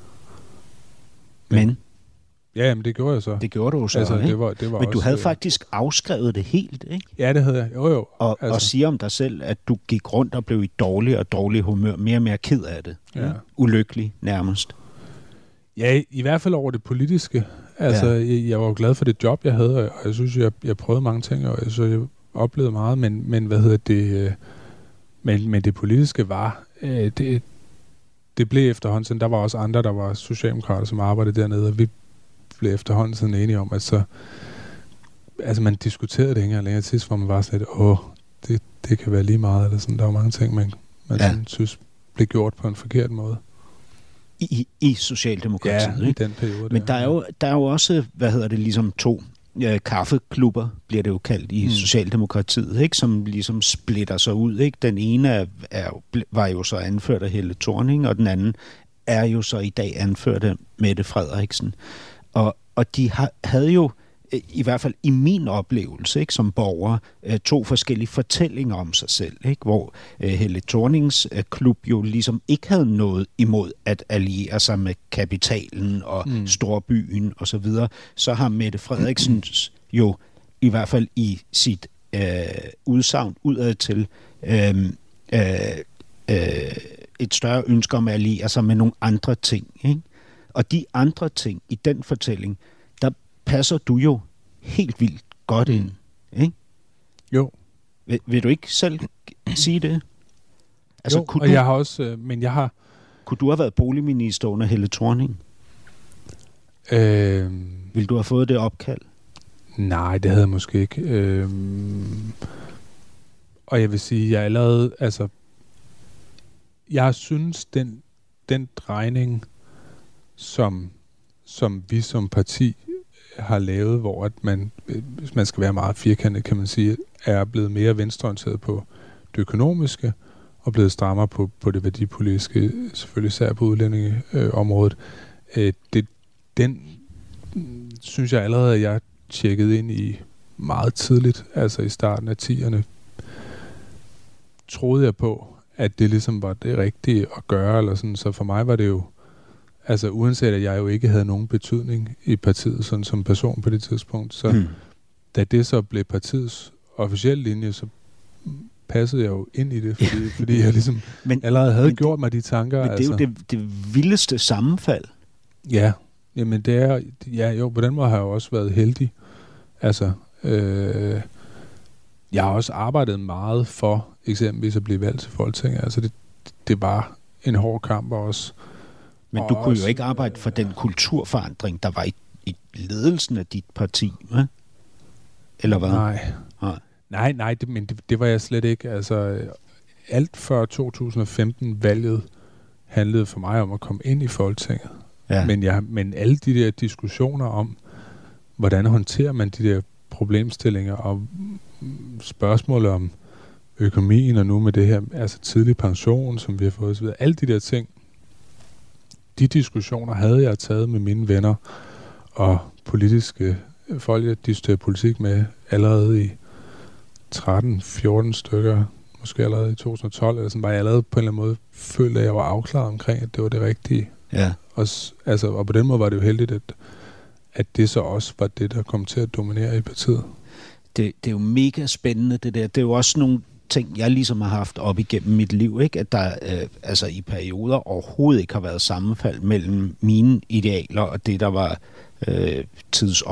Men? Ja, men det gjorde jeg så. Det gjorde du så, altså, ikke? Det var men også, du havde faktisk afskrevet det helt, ikke? Ja, det havde jeg. Jo. Og siger om dig selv, at du gik rundt og blev i dårlig humør, mere og mere ked af det. Ja. Ulykkelig nærmest. Ja, i hvert fald over det politiske. Altså, jeg var jo glad for det job, jeg havde, og jeg synes, jeg prøvede mange ting, og jeg oplevede meget, men men det politiske var, det blev efterhånden sådan, der var også andre, der var socialdemokrater, som arbejdede dernede, og vi blev efterhånden sådan enige om, at så, altså man diskuterede det ikke længere sidst, hvor man var sådan lidt, det kan være lige meget, eller sådan, der var mange ting, man sådan, synes blev gjort på en forkert måde. I Socialdemokratiet, ikke? I den periode. Men der er jo også, ligesom to kaffeklubber, bliver det jo kaldt i Socialdemokratiet, ikke? Som ligesom splitter sig ud. Ikke? Den ene var jo så anført af Helle Thorning, og den anden er jo så i dag anført af Mette Frederiksen. Og de havde jo, i hvert fald i min oplevelse, ikke, som borger, to forskellige fortællinger om sig selv, ikke? Hvor Helle Thornings klub jo ligesom ikke havde noget imod at alliere sig med kapitalen og storbyen og så videre. Så har Mette Frederiksen jo i hvert fald i sit udsagn udad til et større ønske om at alliere sig med nogle andre ting, ikke? Og de andre ting i den fortælling, der passer du jo helt vildt godt ind, ikke? Jo. Vil du ikke selv sige det? Altså, jo, og jeg har også, men jeg har... Kunne du have været boligminister under Helle Thorning? Vil du have fået det opkald? Nej, det havde jeg måske ikke. Og jeg vil sige, jeg allerede, altså... Jeg synes, den drejning, som vi som parti har lavet, hvor at man, hvis man skal være meget firkantet, kan man sige, er blevet mere venstreorienteret på det økonomiske, og blevet strammere på det værdipolitiske, selvfølgelig især på udlændingeområdet. Den synes jeg allerede, at jeg tjekkede ind i meget tidligt, altså i starten af 10'erne, troede jeg på, at det ligesom var det rigtige at gøre, eller sådan. Så for mig var det jo, altså uanset at jeg jo ikke havde nogen betydning i partiet, sådan som person på det tidspunkt, så da det så blev partiets officielle linje, så passede jeg jo ind i det, fordi jeg ligesom allerede havde gjort mig de tanker. Men det er jo det vildeste sammenfald. Ja, jamen det er, jo, på den måde har jeg jo også været heldig. Altså, jeg har også arbejdet meget for eksempelvis at blive valgt til Folketinget. Altså det var en hård kamp også. Men du kunne jo ikke arbejde for den kulturforandring, der var i ledelsen af dit parti, hva'? Eller hvad? Nej, men det var jeg slet ikke. Altså, alt før 2015-valget handlede for mig om at komme ind i Folketinget. Ja. Men alle de der diskussioner om, hvordan håndterer man de der problemstillinger, og spørgsmål om økonomien, og nu med det her, altså tidlig pension, som vi har fået osv., alle de der ting, de diskussioner havde jeg taget med mine venner og politiske folk, jeg diskuterede politik med allerede i 13-14 stykker, måske allerede i 2012, eller sådan, var jeg allerede på en eller anden måde følte, at jeg var afklaret omkring, at det var det rigtige. Ja. Og på den måde var det jo heldigt, at det så også var det, der kom til at dominere i partiet. Det er jo mega spændende, det der. Det er jo også nogle ting, jeg ligesom har haft op igennem mit liv, ikke? At der altså i perioder overhovedet ikke har været sammenfald mellem mine idealer og det, der var tidsånd.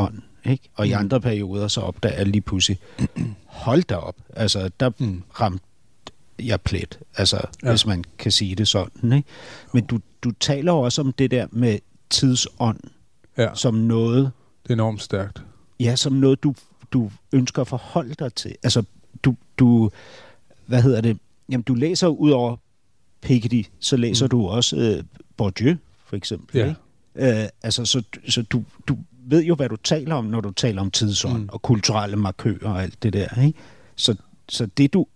ikke? Og i andre perioder, så opdager jeg lige pludselig, hold da op, altså der ramte jeg plet, altså hvis man kan sige det sådan, ikke? Men du taler også om det der med tidsånd, som noget... Det er enormt stærkt. Ja, som noget, du ønsker at forholde dig til. Altså, du hvad hedder det? Jamen, du læser ud over Piketty, så læser du også Bourdieu, for eksempel, ikke? Altså, så du ved jo, hvad du taler om, når du taler om tidsånd og kulturelle markører og alt det der, ikke? Så det, du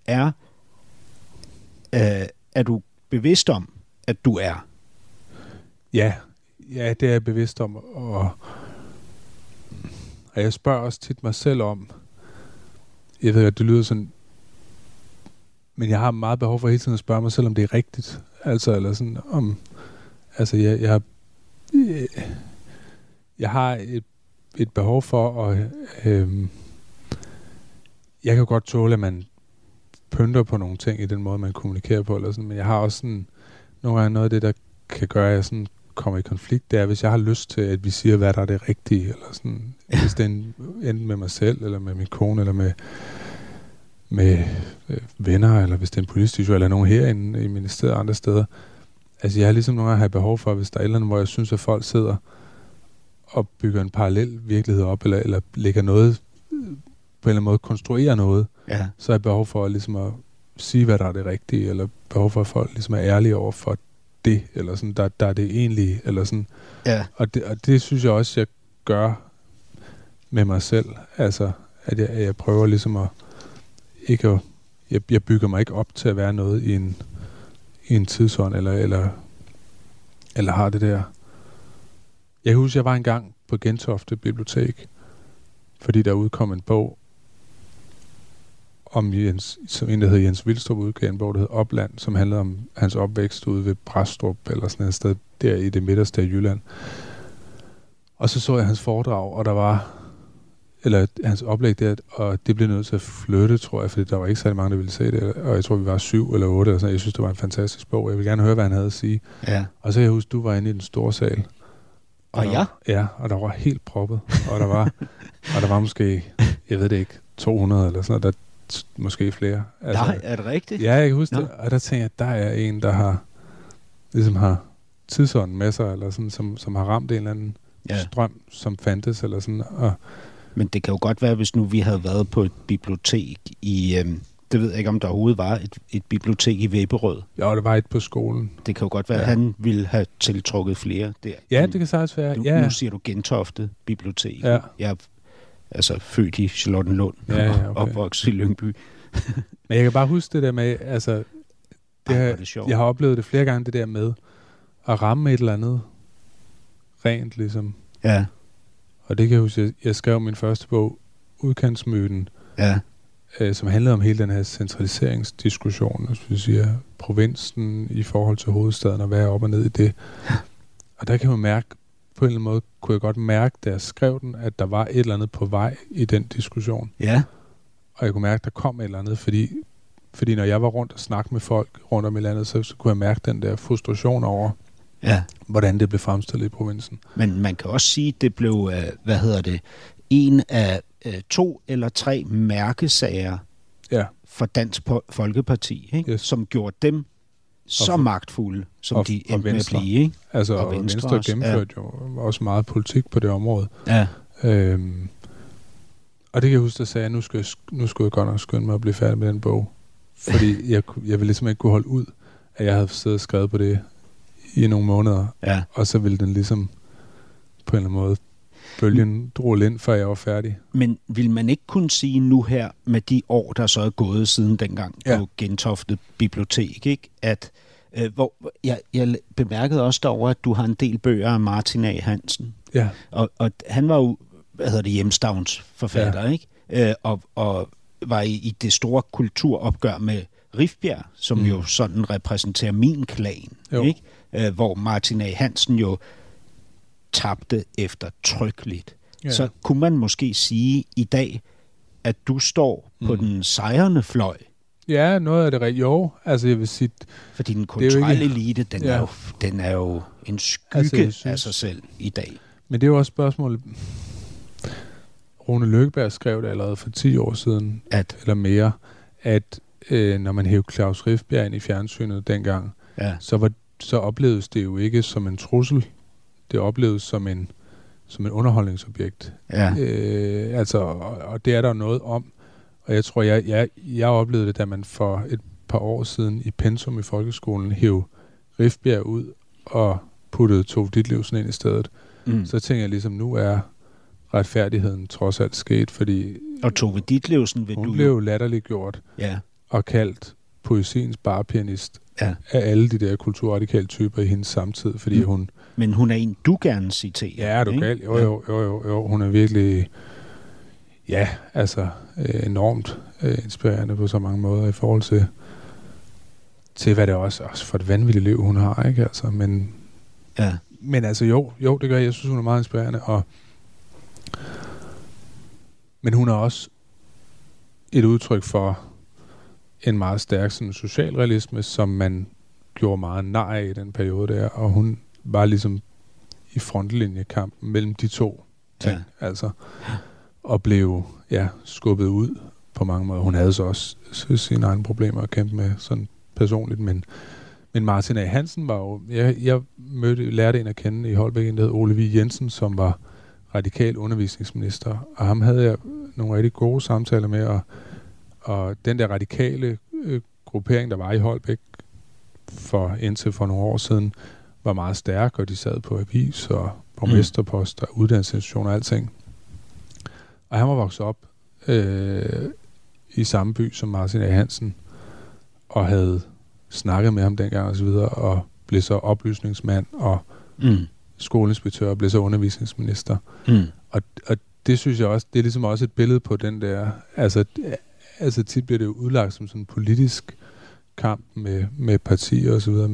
er du bevidst om, at du er? Ja, det er jeg bevidst om, og jeg spørger også tit mig selv om, jeg ved at det lyder sådan, men jeg har meget behov for hele tiden at spørge mig selv, om det er rigtigt. Altså, eller sådan, om, altså, jeg har et behov for at, jeg kan jo godt tåle, at man pynter på nogle ting i den måde, man kommunikerer på, eller sådan, men jeg har også sådan, nogle gange noget af det, der kan gøre, at jeg sådan kommer i konflikt, det er, hvis jeg har lyst til, at vi siger, hvad der er det rigtige, eller sådan, hvis det er enten med mig selv, eller med min kone, eller med venner, eller hvis det er en politisk eller nogen herinde i ministeriet og andre steder. Altså, jeg har ligesom nogle gange har behov for, hvis der er et eller andet, hvor jeg synes, at folk sidder og bygger en parallel virkelighed op, eller lægger noget, på en eller anden måde konstruerer noget, så har jeg behov for ligesom at sige, hvad der er det rigtige, eller behov for, at folk ligesom er ærlige over for det, eller sådan, der er det egentlige, eller sådan. Ja. Og det synes jeg også, jeg gør med mig selv. Altså, at jeg prøver ligesom at ikke at, jeg bygger mig ikke op til at være noget i en tidsånd, eller har det der. Jeg kan huske, jeg var engang på Gentofte Bibliotek, fordi der udkom en bog om Jens, som en, der hed Jens Vilstrup, udgav en bog, der hed Opland, som handlede om hans opvækst ude ved Brædstrup, eller sådan et sted der i det midterste af Jylland. Og så jeg hans foredrag, og der var, eller hans oplæg der, og det blev nødt til at flytte, tror jeg, fordi der var ikke særlig mange, der ville se det, og jeg tror, vi var 7 eller 8, eller sådan. Jeg synes, det var en fantastisk bog. Jeg vil gerne høre, hvad han havde at sige. Ja. Og så kan jeg huske, du var inde i den store sal. Og ja? Ja, og der var helt proppet, og der var måske, jeg ved det ikke, 200 eller sådan noget, der måske flere. Altså, nej, er det rigtigt? Ja, jeg kan huske det. Og der tænker jeg, at der er en, der har tidsånden med sig, eller sådan, som har ramt en eller anden strøm, som fandtes, eller sådan. Og men det kan jo godt være, hvis nu vi havde været på et bibliotek i, det ved jeg ikke, om der overhovedet var et bibliotek i Vipperød. Ja, der var et på skolen. Det kan jo godt være, at han ville have tiltrukket flere der. Ja, det kan sagtens være. Nu siger du Gentofte Bibliotek. Ja. Jeg er altså født i Charlottenlund og opvokset i Lyngby. Men jeg kan bare huske det der med, altså, jeg har oplevet det flere gange, det der med at ramme et eller andet rent, ligesom. Ja. Og det kan jeg huske, jeg skrev min første bog, Udkantsmyten, som handlede om hele den her centraliseringsdiskussion, hvis vi siger provinsen i forhold til hovedstaden, og hvad er op og ned i det. Og der kan man mærke, på en eller anden måde, kunne jeg godt mærke, da jeg skrev den, at der var et eller andet på vej i den diskussion. Ja. Og jeg kunne mærke, at der kom et eller andet, fordi når jeg var rundt og snakkede med folk rundt om i landet, så kunne jeg mærke den der frustration over, hvordan det blev fremstillet i provinsen. Men man kan også sige, at det blev, en af 2 eller 3 mærkesager for Dansk Folkeparti, ikke? Yes. Som gjorde dem så magtfulde, som de endte med at blive. Ikke? Altså, og Venstre gennemførte jo også meget politik på det område. Ja. Og det kan jeg huske, der sagde, at nu skulle jeg godt nok skynde mig at blive færdig med den bog. Fordi jeg ville ligesom ikke kunne holde ud, at jeg havde siddet og skrevet på det i nogle måneder. Ja. Og så ville den ligesom på en eller anden måde bølgen drog ind, før jeg var færdig. Men vil man ikke kunne sige nu her, med de år, der så er gået siden dengang på Gentofte Bibliotek, ikke? At jeg bemærkede også derovre, at du har en del bøger af Martin A. Hansen. Ja. Og han var jo, hjemstavns forfatter, ikke? Og var i det store kulturopgør med Rifbjerg, som jo sådan repræsenterer min klan, ikke? Hvor Martin A. Hansen jo tabte eftertrykkeligt. Ja. Så kunne man måske sige i dag, at du står på den sejrende fløj. Ja, noget af det rigtigt. Jo, altså jeg vil sige... Fordi den kulturelle elite, den er jo en skygge af sig selv i dag. Men det er jo også spørgsmålet... Rune Løkkeberg skrev det allerede for 10 år siden, eller mere, at når man hævde Claus Rifbjerg ind i fjernsynet dengang, så oplevedes det jo ikke som en trussel. Det oplevedes som en underholdningsobjekt. Ja. Og det er der noget om. Og jeg tror, jeg oplevede det, da man for et par år siden i pensum i folkeskolen hævde Rifbjerg ud og puttede Tove Ditlevsen ind i stedet. Så tænker jeg ligesom, nu er retfærdigheden trods alt sket, fordi... Og Tove Ditlevsen hun blev latterliggjort og kaldt poesiens barpianist af alle de der kulturradikale typer i hendes samtid, fordi hun... Men hun er en, du gerne citerer. Ja, er du galt? Jo. Hun er virkelig... Ja, altså enormt inspirerende på så mange måder i forhold til hvad det også for et vanvittigt liv, hun har, ikke? Altså, men altså jo, det gør jeg. Jeg synes, hun er meget inspirerende, men hun er også et udtryk for en meget stærk sådan, socialrealisme, som man gjorde meget nar af i den periode der, og hun var ligesom i frontlinjekampen mellem de to ting, altså, og blev skubbet ud på mange måder. Hun havde så også sine egne problemer at kæmpe med sådan personligt, men Martin A. Hansen var jo, jeg lærte en at kende i Holbæk, en der hed Ole Vig Jensen, som var radikal undervisningsminister, og ham havde jeg nogle rigtig gode samtaler med, og den der radikale gruppering, der var i Holbæk indtil for nogle år siden, var meget stærk, og de sad på avis og borgmesterposter, uddannelsesinstitutioner og alting. Og han var vokset op i samme by som Martin A. Hansen, og havde snakket med ham dengang og så videre, og blev så oplysningsmand og skoleinspektør og blev så undervisningsminister. Og det synes jeg også, det er ligesom også et billede på den der, altså tit bliver det jo udlagt som sådan en politisk kamp med partier og så videre,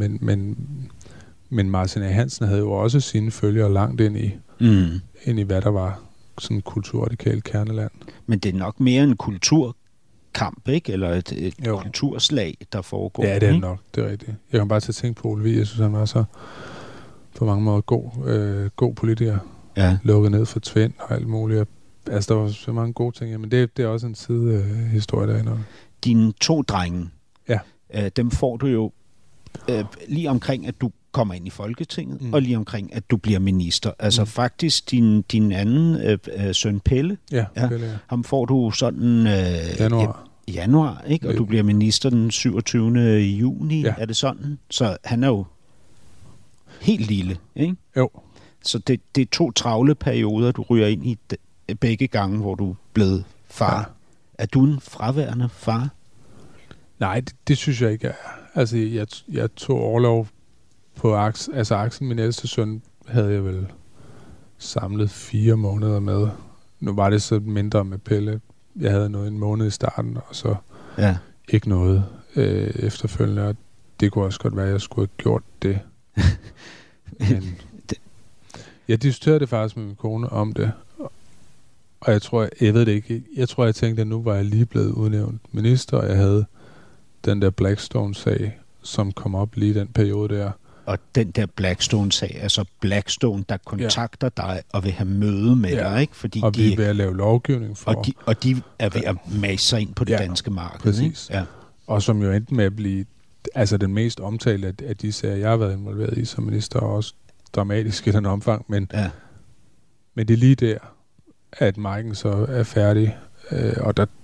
men Martin A. Hansen havde jo også sine følgere langt ind i hvad der var sådan et kulturradikalt kerneland. Men det er nok mere en kulturkamp, ikke? Eller et kulturslag, der foregår. Ja, det er nok. Det er rigtigt. Jeg kan bare til at tænke på Ole Vig. Jeg synes, han var så på mange måder god politiker. Ja. Lukket ned for Tvind og alt muligt. Altså, der var så mange gode ting. Men det er også en sidehistorie derinde. Dine 2 drenge, dem får du jo lige omkring, at du kommer ind i Folketinget, og lige omkring, at du bliver minister. Altså faktisk din anden søn Pelle, Pelle, ham får du sådan januar, ikke? Og du bliver minister den 27. juni, er det sådan? Så han er jo helt lille, ikke? Jo. Så det er 2 travle perioder, du ryger ind i begge gange, hvor du er blevet far. Ja. Er du en fraværende far? Nej, det synes jeg ikke, jeg er. Altså, jeg tog overlov på Axel, min ældste søn, havde jeg vel samlet 4 måneder med. Nu var det så mindre med Pelle. Jeg havde noget en måned i starten, og så ikke noget efterfølgende. Og det kunne også godt være, at jeg skulle have gjort det. Men jeg diskuterede det faktisk med min kone om det. Og jeg ved det ikke. Jeg tror, jeg tænkte, at nu var jeg lige blevet udnævnt minister, og jeg havde den der Blackstone-sag, som kom op lige i den periode der. Og den der Blackstone-sag, altså Blackstone, der kontakter dig og vil have møde med dig, ikke? Fordi og vi er ved at lave lovgivning for... Og de er ved at mase sig ind på det danske marked. Præcis. Ikke? Ja. Og som jo endte med at blive altså den mest omtalte af de sager, jeg har været involveret i som minister, og også dramatisk i den omfang, men det er lige der, at marken så er færdig, og der,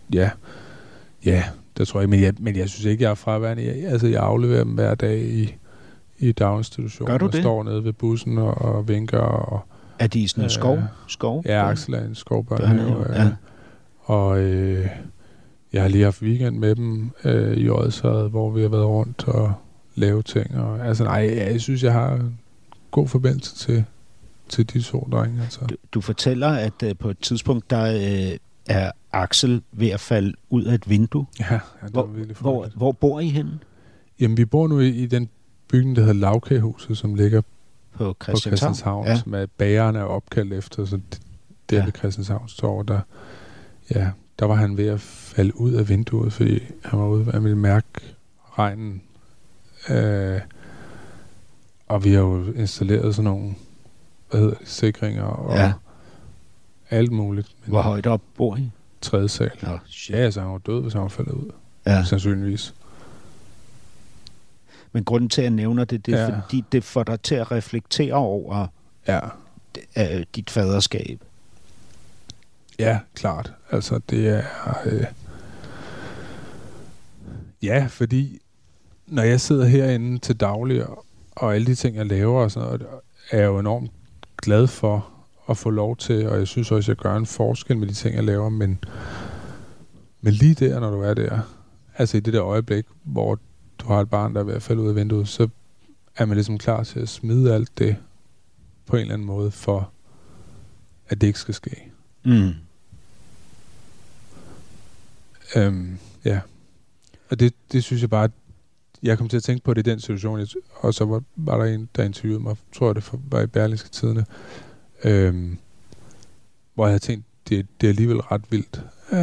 der tror jeg, men jeg synes ikke, jeg er fraværende. Jeg afleverer dem hver dag i daginstitutionen. Gør du det? Og står nede ved bussen og vinker. Og, er de i sådan en skov? Ja, Axel er en skovbørnehave. Og jeg har lige haft weekend med dem i Odsherred, hvor vi har været rundt og lave ting. Og, jeg synes, jeg har en god forbindelse til de 2 drenge. Altså. Du fortæller, at på et tidspunkt, der er Axel ved at falde ud af et vindue. Ja, hvor bor I henne? Jamen, vi bor nu i den bygning, der hedder Lagkagehuset, som ligger på Christianshavn, som er bagerne er opkaldt efter, så der ved Christianshavns Torv, der var han ved at falde ud af vinduet, fordi han var ude, at ville mærke regnen. Og vi har jo installeret sådan nogle sikringer, og alt muligt. Hvor højt op bor I? 3. sal. Oh, ja, så han var død, hvis han var faldet ud. Ja. Sandsynligvis. Men grunden til, at jeg nævner det, er, fordi det får dig til at reflektere over dit faderskab. Ja, klart. Altså, det er... ja, fordi når jeg sidder herinde til daglig, og alle de ting, jeg laver, og sådan noget, er jeg jo enormt glad for at få lov til, og jeg synes også, at jeg gør en forskel med de ting, jeg laver, men lige der, når du er der, altså i det der øjeblik, hvor du har et barn, der er ved at falde ud af vinduet, så er man ligesom klar til at smide alt det på en eller anden måde, for at det ikke skal ske. Mm. Ja. Og det synes jeg bare, jeg kom til at tænke på det i den situation, og så var der en, der interviewede mig, tror jeg det var i Berlingske Tidende, hvor jeg havde tænkt, det er alligevel ret vildt.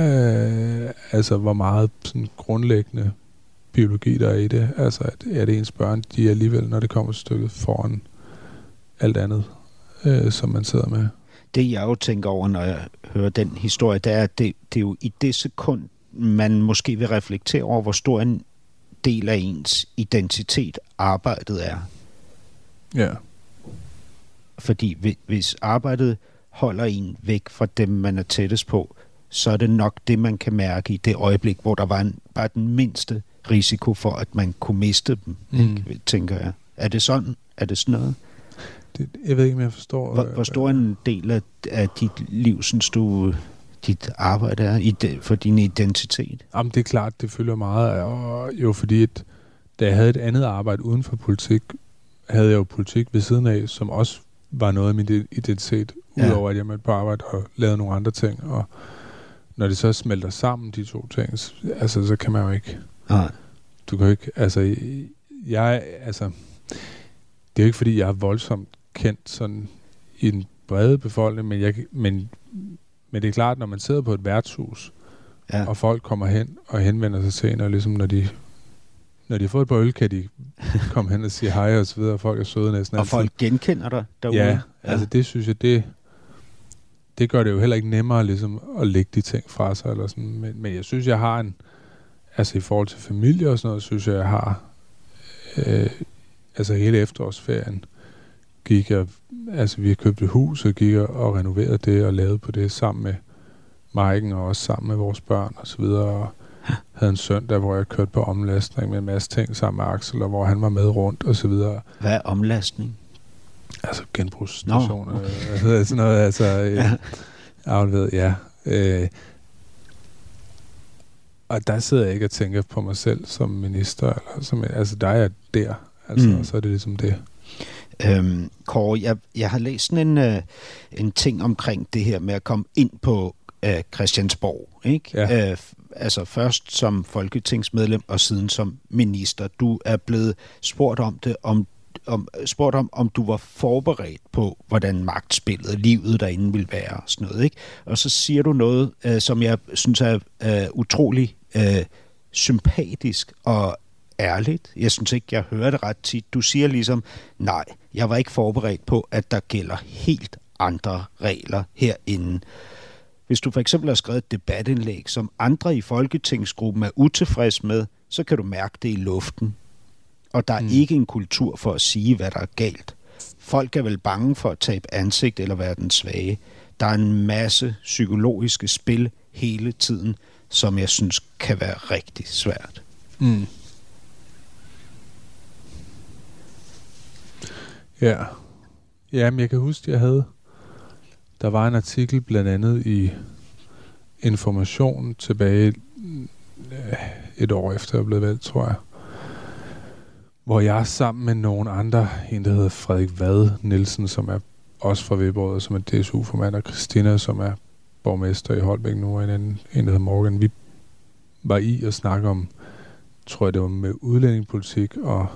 Altså, hvor meget sådan grundlæggende biologi der er i det. Altså, at ens børn, de er alligevel, når det kommer til stykket, foran alt andet, som man sidder med. Det, jeg jo tænker over, når jeg hører den historie, det er, at det er jo i det sekund, man måske vil reflektere over, hvor stor en del af ens identitet arbejdet er. Ja. Fordi hvis arbejdet holder en væk fra dem, man er tættest på, så er det nok det, man kan mærke i det øjeblik, hvor der var bare den mindste risiko for, at man kunne miste dem, ikke, tænker jeg. Er det sådan? Er det sådan noget? Jeg ved ikke, om jeg forstår. Hvor stor en del af dit liv, synes du, dit arbejde er for din identitet? Jamen, det er klart, det fylder meget. Og jo, fordi da jeg havde et andet arbejde uden for politik, havde jeg jo politik ved siden af, som også var noget af min identitet, udover at jeg mødte på arbejde og lavede nogle andre ting. Og når det så smelter sammen, de to ting, altså, så kan man jo ikke... Nej. Du kan jo ikke... Altså, det er jo ikke, fordi jeg er voldsomt kendt sådan i den brede befolkning, men det er klart, når man sidder på et værtshus, og folk kommer hen og henvender sig til en, og ligesom når de har fået et par øl, kan de komme hen og sige hej og så videre, og folk er søde næsten. Og folk genkender dig derude? Ja, altså det synes jeg, det gør det jo heller ikke nemmere ligesom at lægge de ting fra sig, eller sådan. Men jeg synes, jeg har altså i forhold til familie og sådan noget, synes jeg har altså hele efterårsferien vi har købt et hus og gik og renoverede det og lavede på det sammen med Maiken og også sammen med vores børn og så videre, og havde en søndag, hvor jeg kørte på omlastning med en masse ting sammen med Axel, og hvor han var med rundt og så videre. Hvad er omlastning? Altså genbrugsstationer, sådan noget, altså afleveret, ja. Og der sidder jeg ikke og tænker på mig selv som minister, altså der er jeg der, altså, og så er det ligesom det. Kåre, jeg har læst sådan en ting omkring det her med at komme ind på Christiansborg, ikke? Ja. Altså først som folketingsmedlem og siden som minister. Du er blevet spurgt om du var forberedt på, hvordan magtspillet, livet derinde ville være og sådan noget, ikke? Og så siger du noget, som jeg synes er utrolig sympatisk og ærligt. Jeg synes ikke, jeg hører det ret tit. Du siger ligesom, nej, jeg var ikke forberedt på, at der gælder helt andre regler herinde. Hvis du for eksempel har skrevet et debatindlæg, som andre i folketingsgruppen er utilfreds med, så kan du mærke det i luften. Og der er ikke en kultur for at sige, hvad der er galt. Folk er vel bange for at tabe ansigt eller være den svage. Der er en masse psykologiske spil hele tiden, som jeg synes kan være rigtig svært. Mm. Ja. Jamen, jeg kan huske, der var en artikel blandt andet i Information tilbage et år efter jeg blev valgt, tror jeg, hvor jeg sammen med nogle andre, en der hedder Frederik Vad Nielsen, som er også fra Viborg, som er DSU-formand, og Christina, som er borgmester i Holbæk nu, og en der hedder Morgan, vi var i at snakke om, tror jeg det var med udlændingepolitik og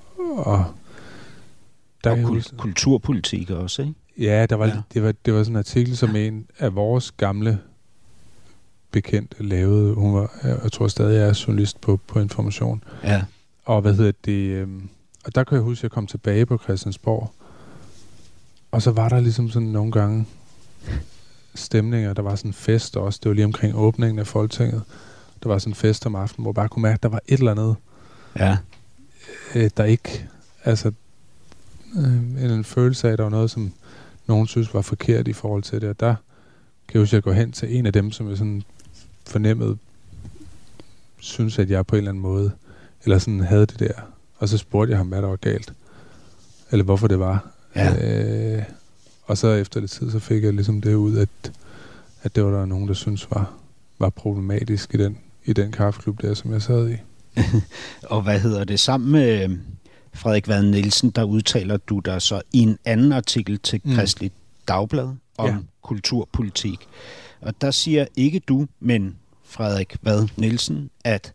kulturpolitik også, ikke? Ja, det var sådan en artikel, som en af vores gamle bekendte lavede. Hun var, jeg tror stadig, jeg er journalist på Information. Ja. Og og der kan jeg huske, at jeg kom tilbage på Christiansborg, og så var der ligesom sådan nogle gange stemninger. Der var sådan en fest også. Det var lige omkring åbningen af Folketinget. Der var sådan en fest om aftenen, hvor jeg bare kunne mærke, at der var et eller andet, der ikke... Altså, en følelse af, at der var noget, som nogen synes var forkert i forhold til det. Og der kan jeg huske, at jeg går hen til en af dem, som jeg sådan fornemmede, synes, at jeg på en eller anden måde, eller sådan havde det der. Og så spurgte jeg ham, hvad der var galt. Eller hvorfor det var. Ja. Og så efter det tid, så fik jeg ligesom det ud, at det var der nogen, der synes var problematisk i den kaffeklub der, som jeg sad i. Og hvad hedder det? Sammen med Frederik Vad Nielsen, der udtaler du dig så i en anden artikel til Kristeligt Dagblad om kulturpolitik. Og der siger ikke du, men Frederik Vad Nielsen, at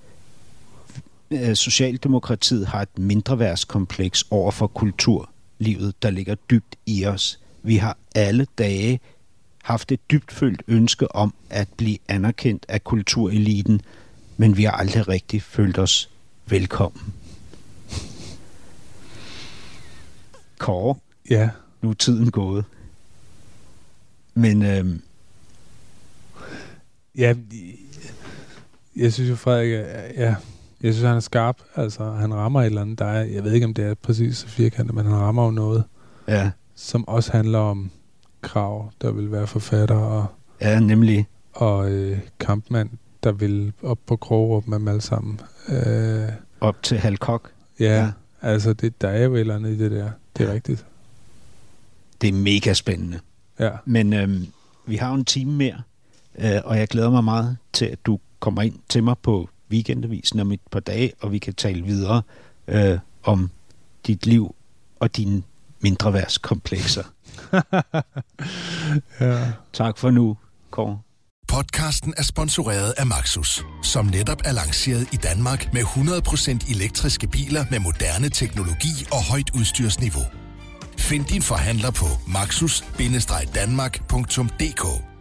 Socialdemokratiet har et mindreværdskompleks over for kulturlivet, der ligger dybt i os. Vi har alle dage haft et dybtfølt ønske om at blive anerkendt af kultureliten, men vi har aldrig rigtig følt os velkommen. Kåre, nu er tiden gået. Men jeg synes jo, Frederik, jeg synes, han er skarp. Altså, han rammer et eller andet. Jeg ved ikke, om det er præcis så firkantet, men han rammer jo noget, som også handler om Krav, der vil være forfatter, og, nemlig. Og Kampmann, der vil op på Krogerup med dem alle sammen. Op til Halkok. Ja, altså, der er jo et eller andet i det der. Det er rigtigt. Det er mega spændende. Ja. Men vi har jo en time mere, og jeg glæder mig meget til, at du kommer ind til mig på Weekendavisen om et par dage, og vi kan tale videre om dit liv og dine mindreværdskomplekser. Tak for nu, Kåre. Podcasten er sponsoreret af Maxus, som netop er lanceret i Danmark med 100% elektriske biler med moderne teknologi og højt udstyrsniveau. Find din forhandler på maxus-danmark.dk.